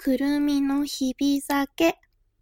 くるみの日々酒。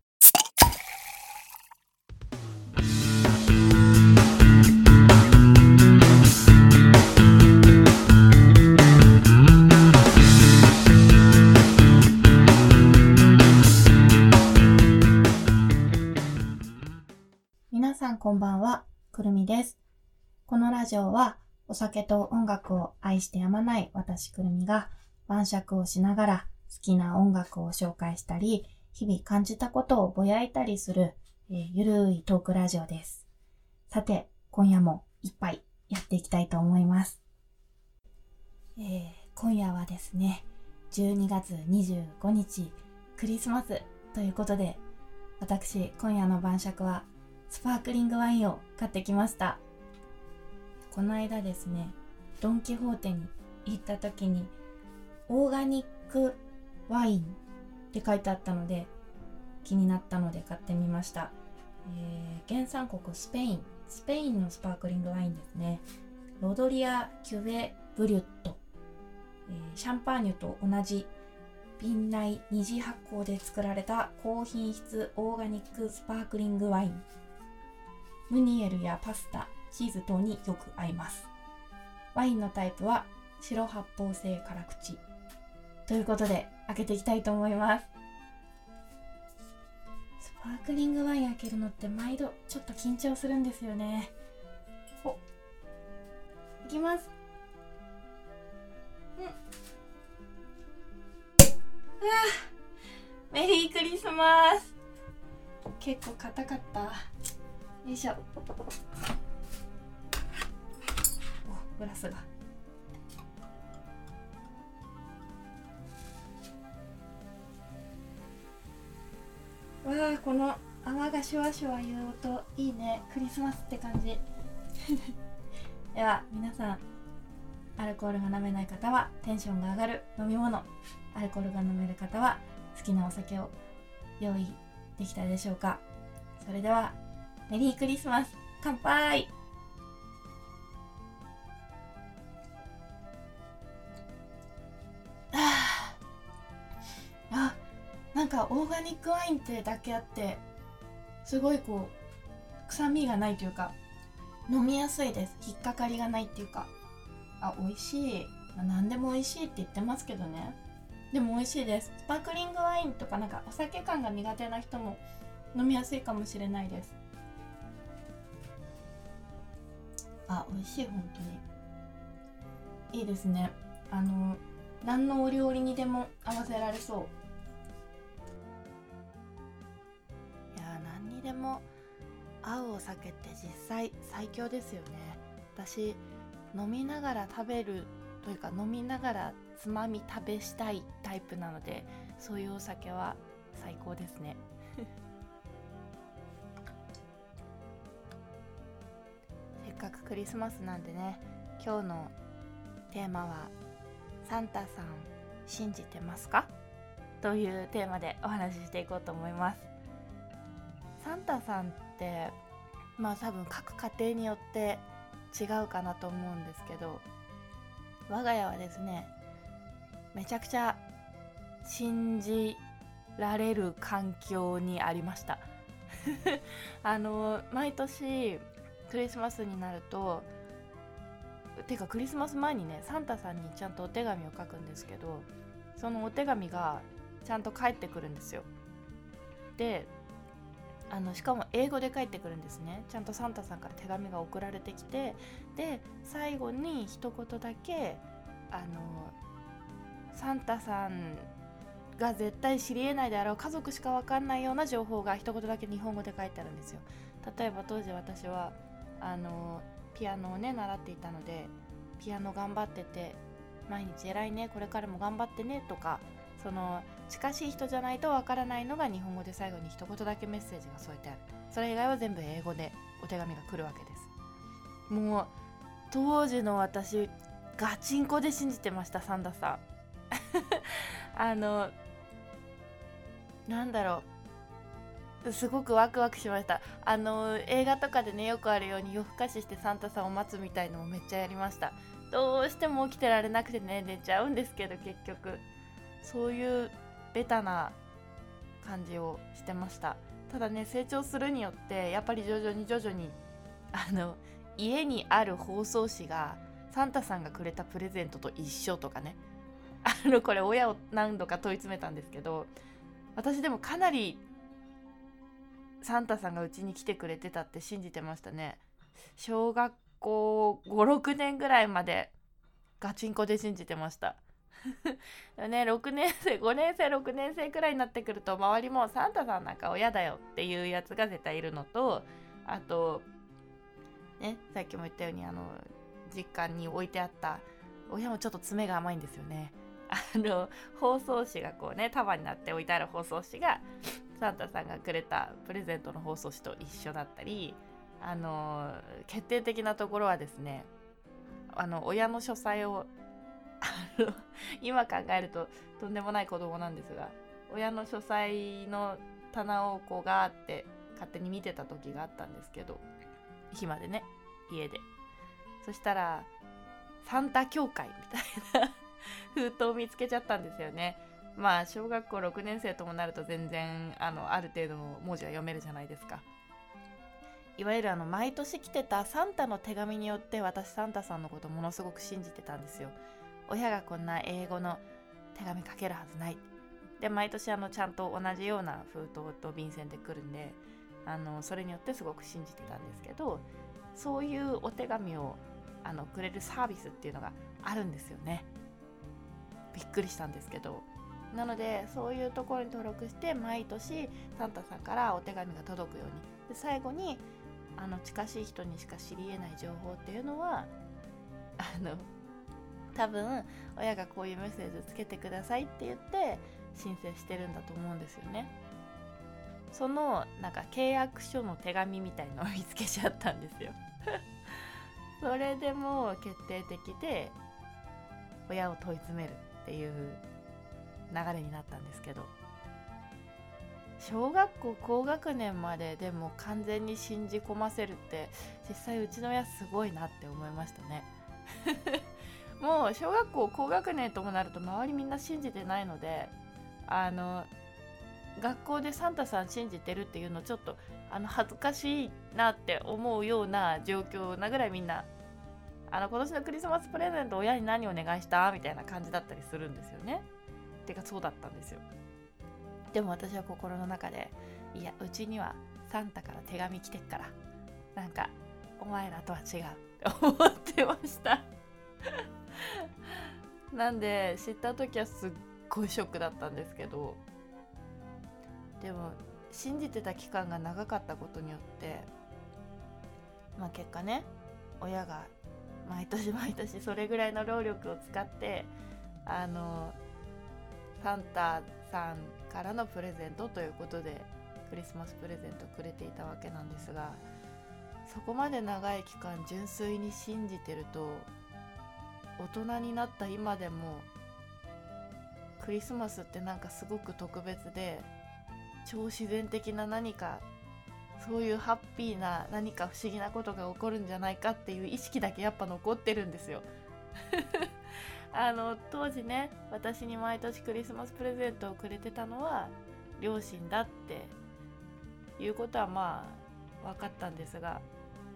皆さんこんばんは、くるみです。このラジオはお酒と音楽を愛してやまない私くるみが晩酌をしながら好きな音楽を紹介したり、日々感じたことをぼやいたりする、ゆるいトークラジオです。さて、今夜も一杯やっていきたいと思います。今夜はですね、12月25日クリスマスということで、私今夜の晩酌はスパークリングワインを買ってきました。この間ですね、ドンキホーテに行った時にオーガニックワインって書いてあったので気になったので買ってみました。原産国スペインのスパークリングワインですね。ロドリア・キュベ・ブリュット、シャンパーニュと同じ瓶内二次発酵で作られた高品質オーガニックスパークリングワイン。ムニエルやパスタ、チーズ等によく合います。ワインのタイプは白発泡性辛口ということで開けていきたいと思います。スパークリングワイン開けるのって毎度ちょっと緊張するんですよね。いきます。メリークリスマス。結構硬かった。よいしょ。グラスが。わあ、この泡がシュワシュワ言う音いいね。クリスマスって感じ。では皆さん、アルコールが飲めない方はテンションが上がる飲み物、アルコールが飲める方は好きなお酒を用意できたでしょうか。それではメリークリスマス、乾杯。なんかオーガニックワインってだけあってすごいこう臭みがないというか飲みやすいです。引っかかりがないっていうか、美味しい。何でも美味しいって言ってますけどね。でも美味しいです。スパークリングワインとかなんかお酒感が苦手な人も飲みやすいかもしれないです。美味しい。本当にいいですね。何のお料理にでも合わせられそう。何にでも合うお酒って実際最強ですよね。私飲みながら食べるというか飲みながらつまみ食べしたいタイプなので、そういうお酒は最高ですね。せっかくクリスマスなんでね、今日のテーマはサンタさん信じてますかというテーマでお話ししていこうと思います。サンタさんって多分各家庭によって違うかなと思うんですけど、我が家はですね、めちゃくちゃ信じられる環境にありました。毎年クリスマスになると、クリスマス前にね、サンタさんにちゃんとお手紙を書くんですけど、そのお手紙がちゃんと返ってくるんですよ。で、しかも英語で返ってくるんですね。ちゃんとサンタさんから手紙が送られてきて、で最後に一言だけサンタさんが絶対知り得ないであろう家族しか分かんないような情報が一言だけ日本語で書いてあるんですよ。例えば当時私はピアノをね習っていたので、ピアノ頑張ってて毎日偉いね、これからも頑張ってねとか、その近しい人じゃないとわからないのが日本語で最後に一言だけメッセージが添えてある。それ以外は全部英語でお手紙が来るわけです。もう当時の私ガチンコで信じてました、サンタさん。なんだろう、すごくワクワクしました。映画とかでねよくあるように夜更かししてサンタさんを待つみたいのもめっちゃやりました。どうしても起きてられなくてね寝ちゃうんですけど、結局そういうベタな感じをしてました。ただね、成長するによってやっぱり徐々に家にある包装紙がサンタさんがくれたプレゼントと一緒とかね、これ親を何度か問い詰めたんですけど、私でもかなりサンタさんがうちに来てくれてたって信じてましたね。小学校5、6年ぐらいまでガチンコで信じてましたね、6年生、5年生、6年生くらいになってくると周りもサンタさんなんか親だよっていうやつが絶対いるのと、あとね、さっきも言ったように実家に置いてあった親もちょっと爪が甘いんですよね。包装紙がこうね束になって置いてある包装紙がサンタさんがくれたプレゼントの包装紙と一緒だったり、決定的なところはですね、親の書斎を今考えるととんでもない子供なんですが、親の書斎の棚をこうガーって勝手に見てた時があったんですけど、暇でね、家で。そしたらサンタ教会みたいな封筒を見つけちゃったんですよね。まあ小学校6年生ともなると全然ある程度の文字は読めるじゃないですか。いわゆる毎年来てたサンタの手紙によって私サンタさんのことものすごく信じてたんですよ。親がこんな英語の手紙書けるはずない。で毎年ちゃんと同じような封筒と便箋で来るんで、それによってすごく信じてたんですけど、そういうお手紙をくれるサービスっていうのがあるんですよね。びっくりしたんですけど、なのでそういうところに登録して毎年サンタさんからお手紙が届くように、で最後に近しい人にしか知り得ない情報っていうのは多分親がこういうメッセージをつけてくださいって言って申請してるんだと思うんですよね。そのなんか契約書の手紙みたいのを見つけちゃったんですよそれでもう決定的で親を問い詰めるっていう流れになったんですけど、小学校高学年まででも完全に信じ込ませるって実際うちの親すごいなって思いましたねもう小学校高学年ともなると周りみんな信じてないので、学校でサンタさん信じてるっていうのちょっと恥ずかしいなって思うような状況なぐらいみんな今年のクリスマスプレゼント親に何お願いしたみたいな感じだったりするんですよね。てかそうだったんですよ。でも私は心の中で、いやうちにはサンタから手紙来てっからなんかお前らとは違うって思ってましたなんで知った時はすっごいショックだったんですけど、でも信じてた期間が長かったことによってまあ結果ね、親が毎年それぐらいの労力を使ってサンタさんからのプレゼントということでクリスマスプレゼントをくれていたわけなんですが、そこまで長い期間純粋に信じてると大人になった今でもクリスマスってなんかすごく特別で超自然的な何かそういうハッピーな何か不思議なことが起こるんじゃないかっていう意識だけやっぱ残ってるんですよ当時ね、私に毎年クリスマスプレゼントをくれてたのは両親だっていうことはまあ分かったんですが、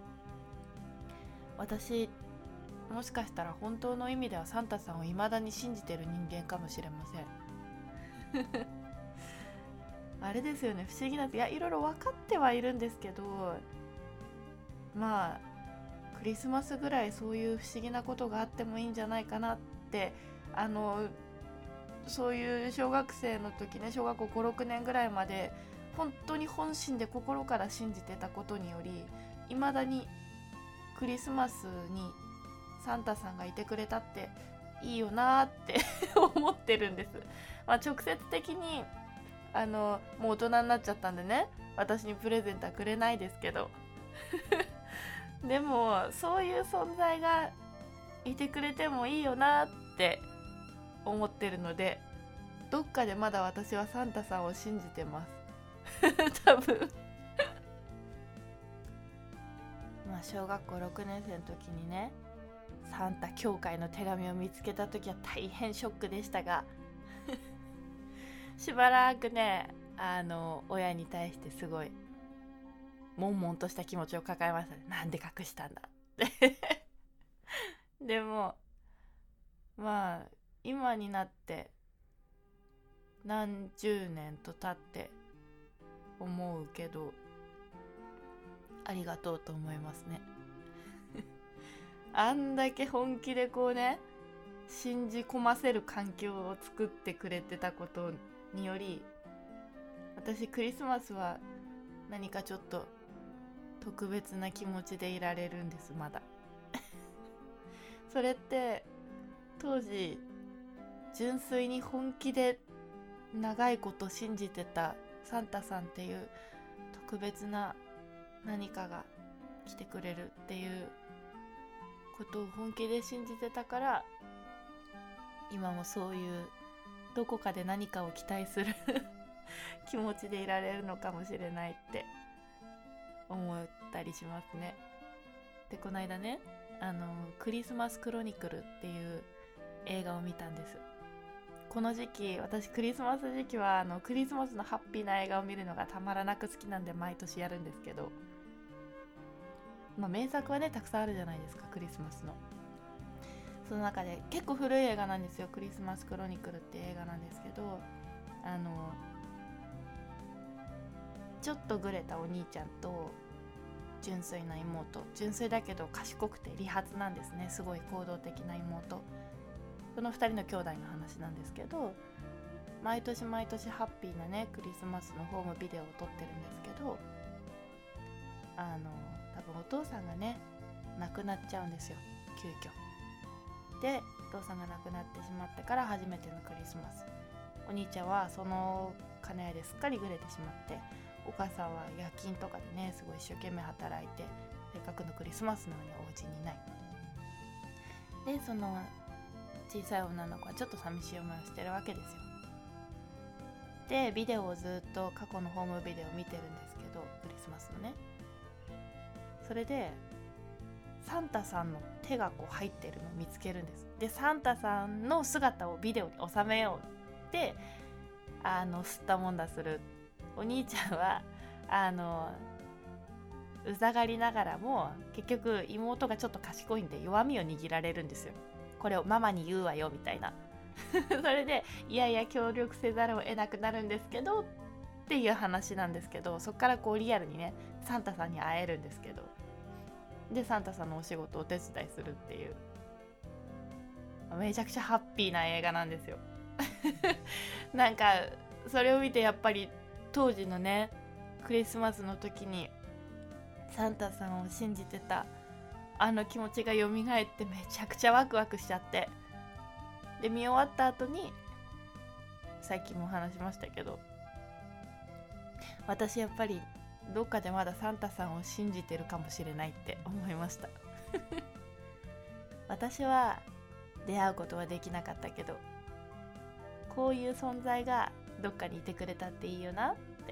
私もしかしたら本当の意味ではサンタさんを未だに信じてる人間かもしれませんあれですよね、不思議なんです。いや、いろいろ分かってはいるんですけど、まあクリスマスぐらいそういう不思議なことがあってもいいんじゃないかなってそういう小学生の時ね、小学校5、6年ぐらいまで本当に本心で心から信じてたことにより、未だにクリスマスにサンタさんがいてくれたっていいよなって思ってるんです。まあ、直接的にもう大人になっちゃったんでね、私にプレゼントはくれないですけどでもそういう存在がいてくれてもいいよなって思ってるので、どっかでまだ私はサンタさんを信じてます多分まあ小学校6年生の時にね、サンタ教会の手紙を見つけた時は大変ショックでしたがしばらくね親に対してすごい悶々とした気持ちを抱えましたね。なんで隠したんだってでもまあ今になって何十年と経って思うけど、ありがとうと思いますねあんだけ本気でこうね信じ込ませる環境を作ってくれてたことにより、私クリスマスは何かちょっと特別な気持ちでいられるんです、まだそれって当時純粋に本気で長いこと信じてたサンタさんっていう特別な何かが来てくれるっていうことを本気で信じてたから、今もそういうどこかで何かを期待する気持ちでいられるのかもしれないって思ったりしますね。でこの間ねクリスマスクロニクルっていう映画を見たんです。この時期、私クリスマス時期はクリスマスのハッピーな映画を見るのがたまらなく好きなんで毎年やるんですけど、名作はねたくさんあるじゃないですか、クリスマスの。その中で結構古い映画なんですよ、クリスマスクロニクルって映画なんですけど、ちょっとグレたお兄ちゃんと純粋な妹、純粋だけど賢くて利発なんですね、すごい行動的な妹、その2人の兄弟の話なんですけど、毎年毎年ハッピーなねクリスマスのホームビデオを撮ってるんですけど、多分お父さんがね亡くなっちゃうんですよ、急遽で。お父さんが亡くなってしまってから初めてのクリスマス、お兄ちゃんはその兼ね合いですっかりグレてしまって、お母さんは夜勤とかでねすごい一生懸命働いて、せっかくのクリスマスなのにお家にいないで、その小さい女の子はちょっと寂しい思いをしてるわけですよ。でビデオをずっと過去のホームビデオを見てるんですけど、クリスマスのね、それでサンタさんの手がこう入ってるのを見つけるんです。でサンタさんの姿をビデオに収めようって吸ったもんだするお兄ちゃんはうざがりながらも結局妹がちょっと賢いんで弱みを握られるんですよ。これをママに言うわよみたいなそれでいやいや協力せざるを得なくなるんですけどっていう話なんですけど、そっからこうリアルにねサンタさんに会えるんですけど、でサンタさんのお仕事をお手伝いするっていうめちゃくちゃハッピーな映画なんですよなんかそれを見てやっぱり当時のねクリスマスの時にサンタさんを信じてた気持ちが蘇ってめちゃくちゃワクワクしちゃって、で見終わった後に最近も話しましたけど、私やっぱりどっかでまだサンタさんを信じてるかもしれないって思いました私は出会うことはできなかったけど、こういう存在がどっかにいてくれたっていいよなって、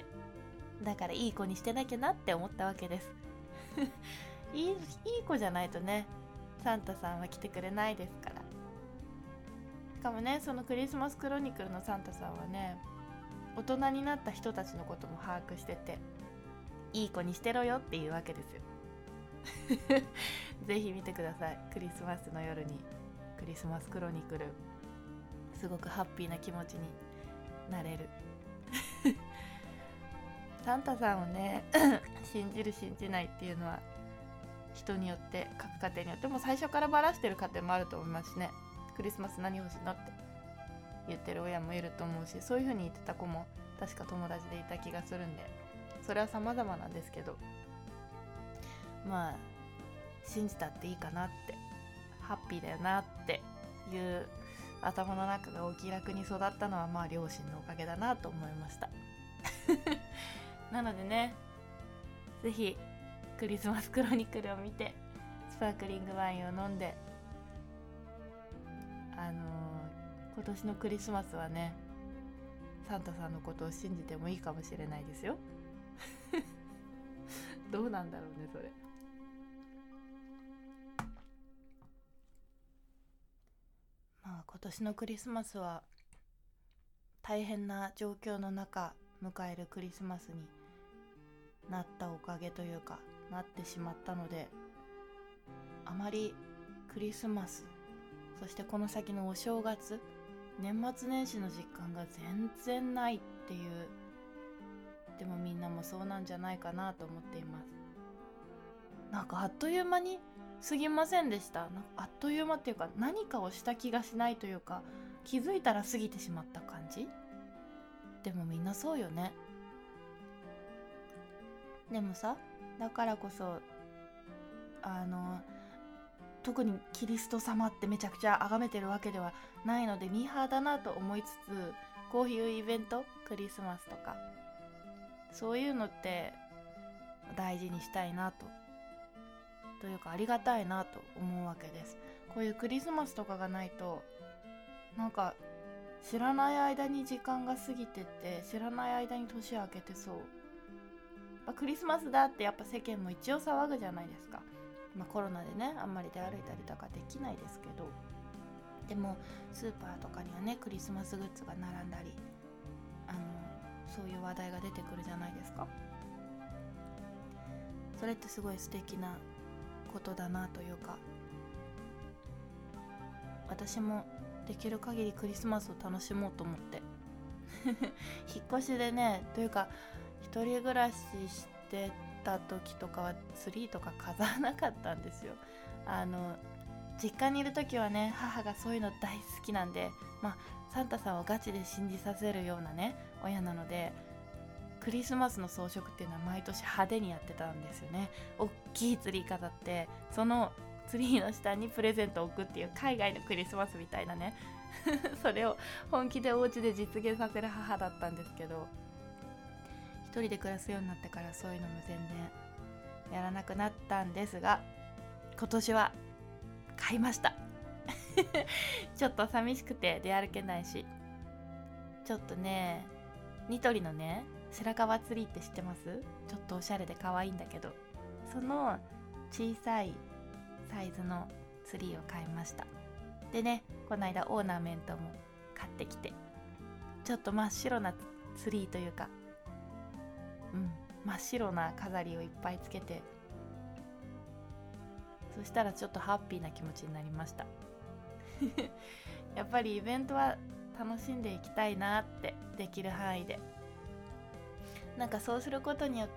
だからいい子にしてなきゃなって思ったわけですいい子じゃないとねサンタさんは来てくれないですから。しかもねそのクリスマスクロニクルのサンタさんはね大人になった人たちのことも把握してて、いい子にしてろよっていうわけですよぜひ見てください、クリスマスの夜にクリスマスクロニクル、すごくハッピーな気持ちになれるサンタさんをね信じる信じないっていうのは人によって各家庭によっても最初からバラしてる家庭もあると思いますしね、クリスマス何欲しいのって言ってる親もいると思うし、そういう風に言ってた子も確か友達でいた気がするんで、それは様々なんですけど、まあ信じたっていいかなって、ハッピーだよなっていう頭の中がお気楽に育ったのはまあ両親のおかげだなと思いましたなのでね、ぜひクリスマスクロニクルを見てスパークリングワインを飲んで、今年のクリスマスはねサンタさんのことを信じてもいいかもしれないですよどうなんだろうねそれ。まあ今年のクリスマスは大変な状況の中迎えるクリスマスになったおかげというかなってしまったので、あまりクリスマス、そしてこの先のお正月、年末年始の実感が全然ないっていう。でもみんなもそうなんじゃないかなと思っています。なんかあっという間に過ぎませんでした？なんかあっという間っていうか、何かをした気がしないというか、気づいたら過ぎてしまった感じ。でもみんなそうよね。でもさ、だからこそ特にキリスト様ってめちゃくちゃ崇めてるわけではないのでミーハーだなと思いつつ、こういうイベント、クリスマスとかそういうのって大事にしたいなというかありがたいなと思うわけです。こういうクリスマスとかがないと、なんか知らない間に時間が過ぎてって、知らない間に年明けてそう。クリスマスだってやっぱ世間も一応騒ぐじゃないですか。コロナでね、あんまり出歩いたりとかできないですけど、でもスーパーとかにはね、クリスマスグッズが並んだり、そういう話題が出てくるじゃないですか。それってすごい素敵なことだなというか、私もできる限りクリスマスを楽しもうと思って引っ越しでね、というか一人暮らししてた時とかはツリーとか飾らなかったんですよ。実家にいる時はね、母がそういうの大好きなんで、サンタさんをガチで信じさせるようなね親なので、クリスマスの装飾っていうのは毎年派手にやってたんですよね。大きいツリー飾って、そのツリーの下にプレゼントを置くっていう海外のクリスマスみたいなねそれを本気でお家で実現させる母だったんですけど、一人で暮らすようになってからそういうのも全然やらなくなったんですが、今年は買いましたちょっと寂しくて出歩けないし、ちょっとね、ニトリのね白樺ツリーって知ってます？ちょっとおしゃれで可愛いんだけど、その小さいサイズのツリーを買いました。でね、この間オーナーメントも買ってきて、ちょっと真っ白なツリーというか、真っ白な飾りをいっぱいつけて、そしたらちょっとハッピーな気持ちになりましたやっぱりイベントは楽しんでいきたいなって、できる範囲で。なんかそうすることによって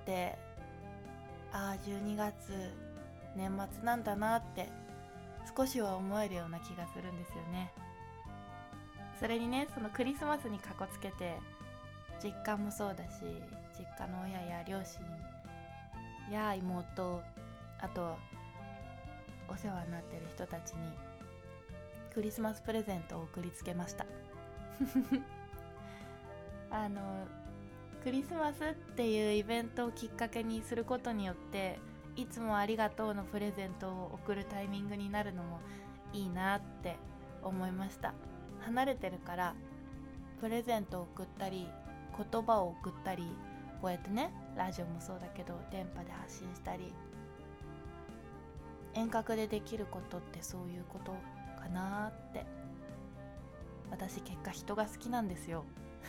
、12月年末なんだなって少しは思えるような気がするんですよね。それにね、そのクリスマスにかこつけて、実家もそうだし、実家の親や両親や妹、あとお世話になってる人たちにクリスマスプレゼントを送りつけましたクリスマスっていうイベントをきっかけにすることによって、いつもありがとうのプレゼントを送るタイミングになるのもいいなって思いました。離れてるからプレゼントを送ったり、言葉を送ったり、こうやってね、ラジオもそうだけど電波で発信したり、遠隔でできることってそういうことかなって。私結果人が好きなんですよ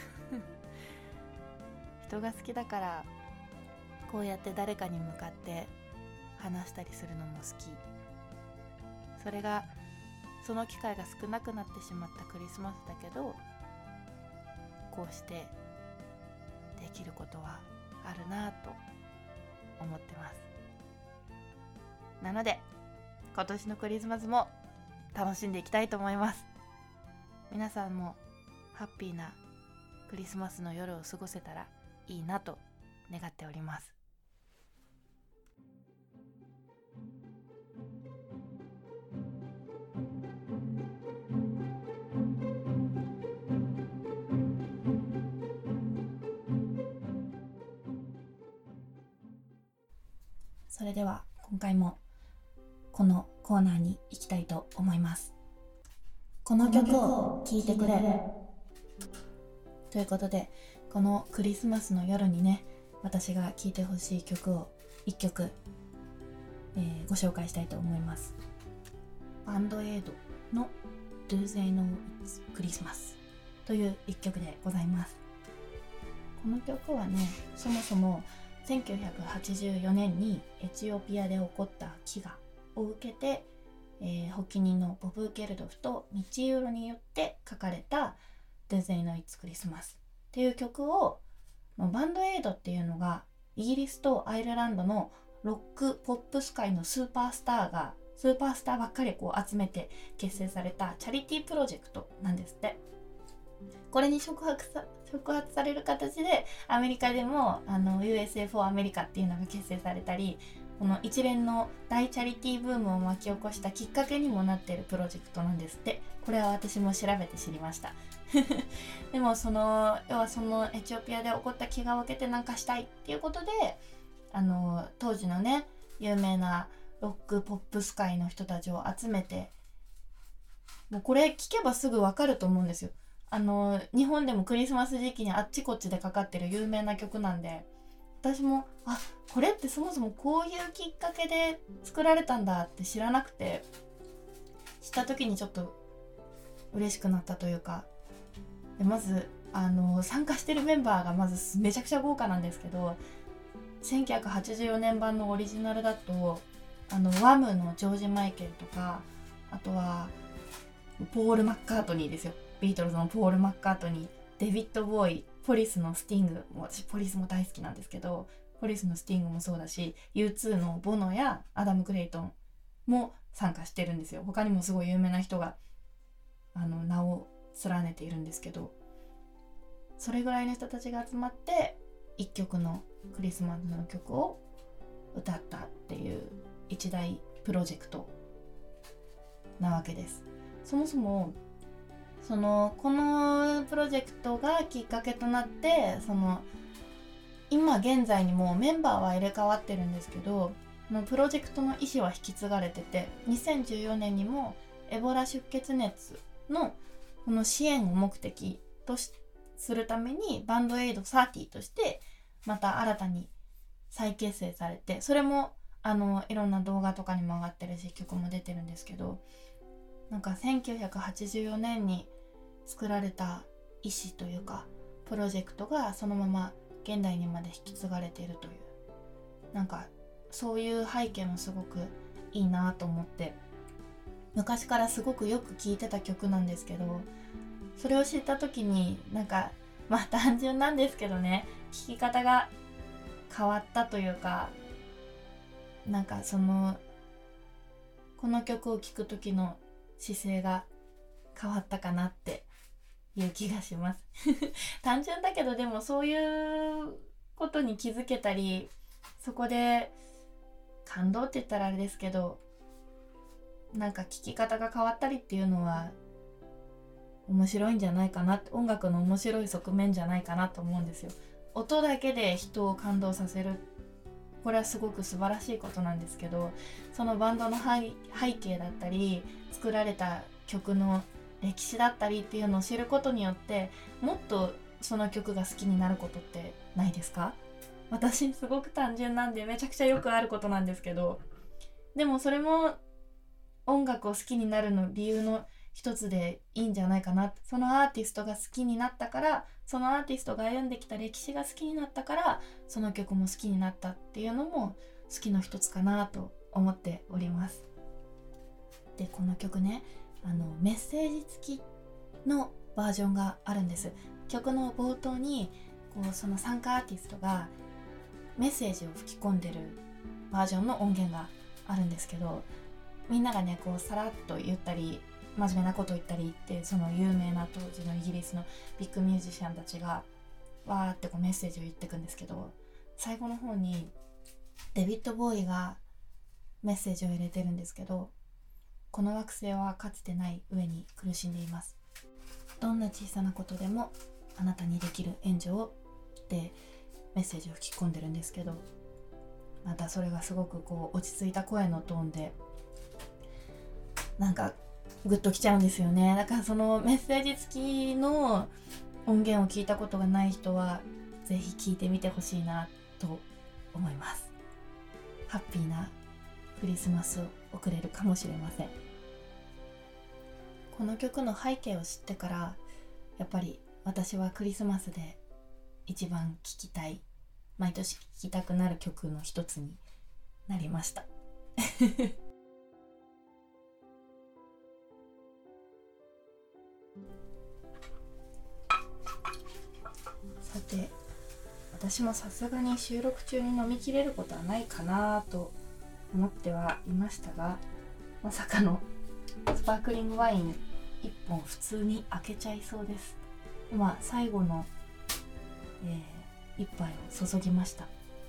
人が好きだから、こうやって誰かに向かって話したりするのも好き。それが、その機会が少なくなってしまったクリスマスだけど、こうしてできることはあるなと思ってます。なので今年のクリスマスも楽しんでいきたいと思います。皆さんもハッピーなクリスマスの夜を過ごせたらいいなと願っております。 それでは今回もこのコーナーに行きたいと思います。この曲を聴いてくれということで、このクリスマスの夜にね、私が聴いてほしい曲を1曲、ご紹介したいと思います。バンドエイドの Do They Know It's Christmas という一曲でございます。この曲はね、そもそも1984年にエチオピアで起こった飢餓を受けて、発起人のボブ・ゲルドフとミッチー・ユーロによって書かれた Do They Know It's Christmas っていう曲を、バンドエイドっていうのがイギリスとアイルランドのロックポップス界のスーパースターばっかり集めて結成されたチャリティープロジェクトなんですって。これに触発される形でアメリカでもUSA for アメリカっていうのが結成されたり、この一連の大チャリティーブームを巻き起こしたきっかけにもなっているプロジェクトなんですって。これは私も調べて知りましたでも要はそのエチオピアで起こった飢餓を受けてなんかしたいっていうことで、当時のね有名なロックポップス界の人たちを集めて、もうこれ聞けばすぐわかると思うんですよ。日本でもクリスマス時期にあっちこっちでかかってる有名な曲なんで、私もこれってそもそもこういうきっかけで作られたんだって知らなくて、知った時にちょっと嬉しくなったというか、でまず参加してるメンバーがまずめちゃくちゃ豪華なんですけど、1984年版のオリジナルだとワムのジョージ・マイケルとか、あとはポール・マッカートニーですよ。ビートルズのポール・マッカートニー、デビッド・ボーイ、ポリスのスティング、私ポリスも大好きなんですけど、ポリスのスティングもそうだし、 U2 のボノやアダム・クレイトンも参加してるんですよ。他にもすごい有名な人が名を連ねているんですけど、それぐらいの人たちが集まって一曲のクリスマスの曲を歌ったっていう一大プロジェクトなわけです。そもそもこのプロジェクトがきっかけとなって、今現在にもメンバーは入れ替わってるんですけど、プロジェクトの意思は引き継がれてて、2014年にもエボラ出血熱のこの支援を目的とするためにバンドエイド30としてまた新たに再結成されて、それもいろんな動画とかにも上がってるし曲も出てるんですけど、なんか1984年に作られた意思というかプロジェクトがそのまま現代にまで引き継がれているという、なんかそういう背景もすごくいいなと思って、昔からすごくよく聴いてた曲なんですけど、それを知った時になんか単純なんですけどね、聴き方が変わったというか、なんかこの曲を聴く時の姿勢が変わったかなっていう気がします単純だけど、でもそういうことに気づけたり、そこで感動って言ったらあれですけど、なんか聴き方が変わったりっていうのは面白いんじゃないかなって、音楽の面白い側面じゃないかなと思うんですよ。音だけで人を感動させる、これはすごく素晴らしいことなんですけど、そのバンドの背景だったり作られた曲の歴史だったりっていうのを知ることによって、もっとその曲が好きになることってないですか？私すごく単純なんでめちゃくちゃよくあることなんですけど、でもそれも音楽を好きになるの理由の一つでいいんじゃないかな。そのアーティストが好きになったから、そのアーティストが歩んできた歴史が好きになったから、その曲も好きになったっていうのも好きの一つかなと思っております。で、この曲ね、メッセージ付きのバージョンがあるんです。曲の冒頭にその参加アーティストがメッセージを吹き込んでるバージョンの音源があるんですけど、みんながねさらっと言ったり真面目なこと言ったりって、その有名な当時のイギリスのビッグミュージシャンたちがわーってメッセージを言ってくんですけど、最後の方にデビッド・ボーイがメッセージを入れてるんですけど、この惑星はかつてない上に苦しんでいます。どんな小さなことでもあなたにできる援助をってメッセージを吹き込んでるんですけど、またそれがすごく落ち着いた声のトーンでなんかグッときちゃうんですよね。だからそのメッセージ付きの音源を聞いたことがない人はぜひ聞いてみてほしいなと思います。ハッピーなクリスマスを送れるかもしれません。この曲の背景を知ってからやっぱり私はクリスマスで一番聴きたい、毎年聴きたくなる曲の一つになりましたさて、私もさすがに収録中に飲みきれることはないかなと思ってはいましたが、まさかのスパークリングワイン1本普通に開けちゃいそうです。今最後の、1杯を注ぎました。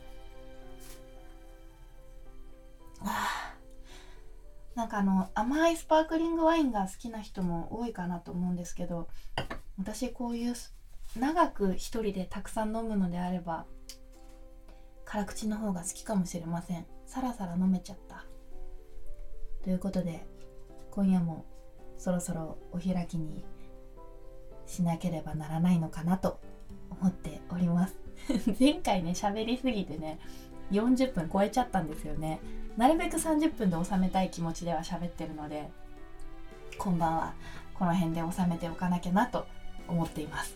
なんか甘いスパークリングワインが好きな人も多いかなと思うんですけど、私こういう長く一人でたくさん飲むのであれば辛口の方が好きかもしれません。さらさら飲めちゃった。ということで今夜もそろそろお開きにしなければならないのかなと思っております前回ね喋りすぎてね40分超えちゃったんですよね。なるべく30分で収めたい気持ちでは喋ってるので、今晩はこの辺で収めておかなきゃなと思っています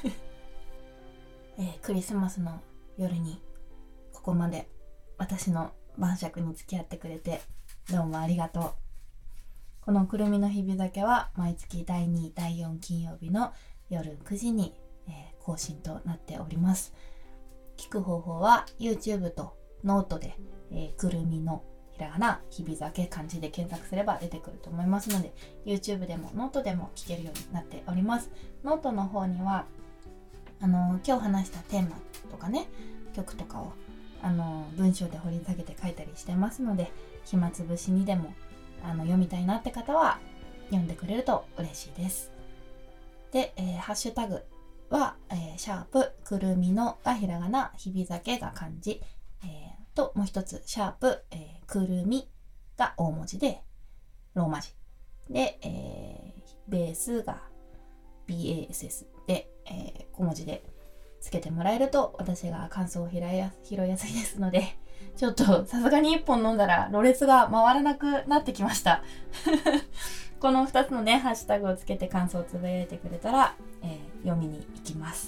クリスマスの夜にここまで私の晩酌に付き合ってくれてどうもありがとう。このくるみの日々酒は毎月第2、第4金曜日の夜9時に、更新となっております。聞く方法は YouTube とノートで、くるみのひらがな日々酒漢字で検索すれば出てくると思いますので、 YouTube でもノートでも聞けるようになっております。ノートの方には今日話したテーマとかね、曲とかを文章で掘り下げて書いたりしてますので、暇つぶしにでも読みたいなって方は読んでくれると嬉しいです。で、ハッシュタグは、シャープくるみのがひらがな、日々酒が漢字、ともう一つシャープ、くるみが大文字でローマ字で、ベースが BASS で、小文字でつけてもらえると私が感想を拾いやすいですので、ちょっとさすがに1本飲んだらろれつが回らなくなってきましたこの2つのねハッシュタグをつけて感想をつぶやいてくれたら、読みに行きます。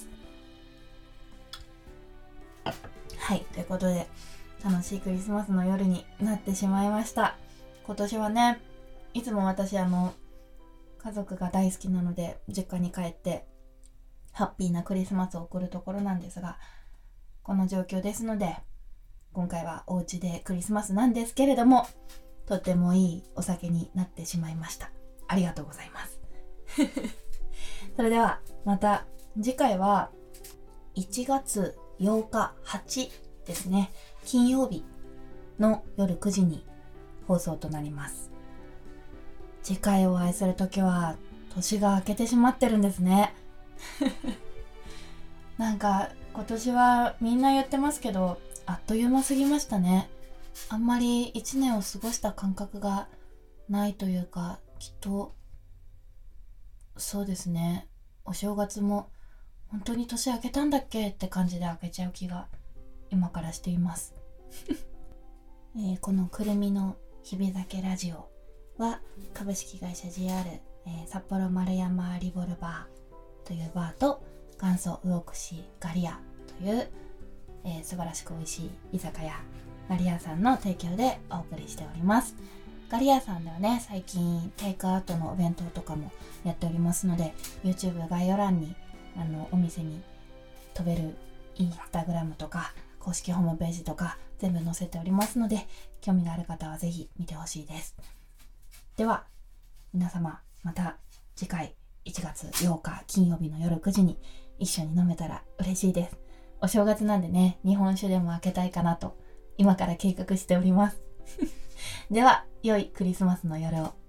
はい、ということで楽しいクリスマスの夜になってしまいました。今年はね、いつも私家族が大好きなので実家に帰ってハッピーなクリスマスを送るところなんですが、この状況ですので今回はお家でクリスマスなんですけれども、とってもいいお酒になってしまいました。ありがとうございますそれではまた次回は1月8日8ですね、金曜日の夜9時に放送となります。次回お会いするときは年が明けてしまってるんですねなんか今年はみんな言ってますけどあっという間すぎましたね。あんまり1年を過ごした感覚がないというか、きっとそうですね、お正月も本当に年明けたんだっけって感じで明けちゃう気が今からしていますこのくるみの日々酒ラジオは株式会社 JR、札幌丸山リボルバーというバーと元祖魚串ガリアという、素晴らしく美味しい居酒屋ガリアさんの提供でお送りしております。ガリアさんではね、最近テイクアウトのお弁当とかもやっておりますので、 YouTube 概要欄にお店に飛べるインスタグラムとか公式ホームページとか全部載せておりますので、興味がある方はぜひ見てほしいです。では皆様、また次回1月8日金曜日の夜9時に一緒に飲めたら嬉しいです。お正月なんでね、日本酒でも開けたいかなと今から計画しておりますでは良いクリスマスの夜を。